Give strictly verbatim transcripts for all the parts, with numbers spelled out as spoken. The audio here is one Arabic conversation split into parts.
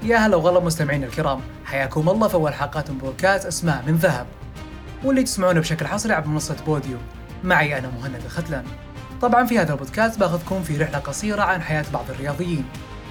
يا هلا وغلا مستمعينا الكرام، حياكم الله في أول حلقات من بودكاست أسماء من ذهب، واللي تسمعونه بشكل حصري عبر منصة بوديو. معي أنا مهند الختلان. طبعا في هذا البودكاست باخذكم في رحلة قصيرة عن حياة بعض الرياضيين.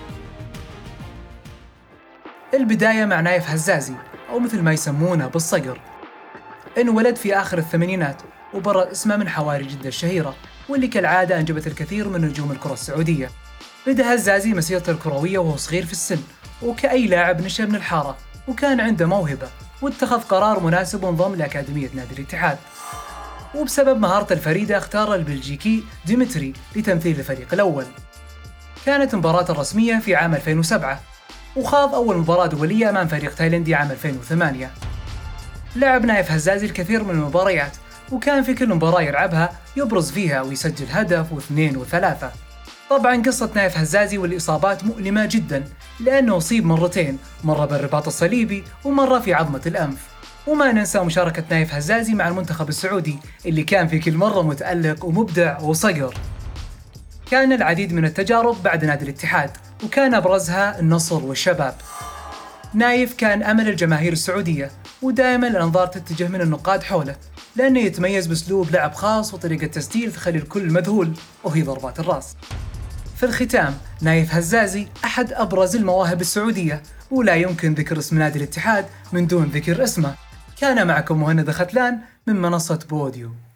البداية مع نايف هزازي، أو مثل ما يسمونه بالصقر. انولد في آخر الثمانينات وبرز اسمه من حواري جدة الشهيرة، واللي كالعادة أنجبت الكثير من نجوم الكرة السعودية. بدأ هزازي مسيرته الكروية وهو صغير في السن، وكأي لاعب نشأ من الحارة وكان عنده موهبة، واتخذ قرار مناسب وانضم لأكاديمية نادي الاتحاد. وبسبب مهارته الفريدة اختار البلجيكي ديمتري لتمثيل الفريق الأول. كانت مباراته الرسمية في عام ألفين وسبعة، وخاض أول مباراة دولية أمام فريق تايلندي عام ألفين وثمانية. لعب نايف هزازي الكثير من المباريات، وكان في كل مباراة يلعبها يبرز فيها ويسجل هدف واثنين وثلاثة. طبعا قصة نايف هزازي والإصابات مؤلمة جدا، لأنه أصيب مرتين، مرة بالرباط الصليبي ومرة في عظمة الأنف. وما ننسى مشاركة نايف هزازي مع المنتخب السعودي اللي كان في كل مرة متألق ومبدع وصقر. كان العديد من التجارب بعد نادي الاتحاد، وكان أبرزها النصر والشباب. نايف كان أمل الجماهير السعودية، ودائما الأنظار تتجه من النقاد حوله، لأنه يتميز بأسلوب لعب خاص وطريقة تسديد تخلي الكل مذهول، وهي ضربات الراس. في الختام، نايف هزازي أحد أبرز المواهب السعودية، ولا يمكن ذكر اسم نادي الاتحاد من دون ذكر اسمه. كان معكم مهند الختلان من منصة بوديو.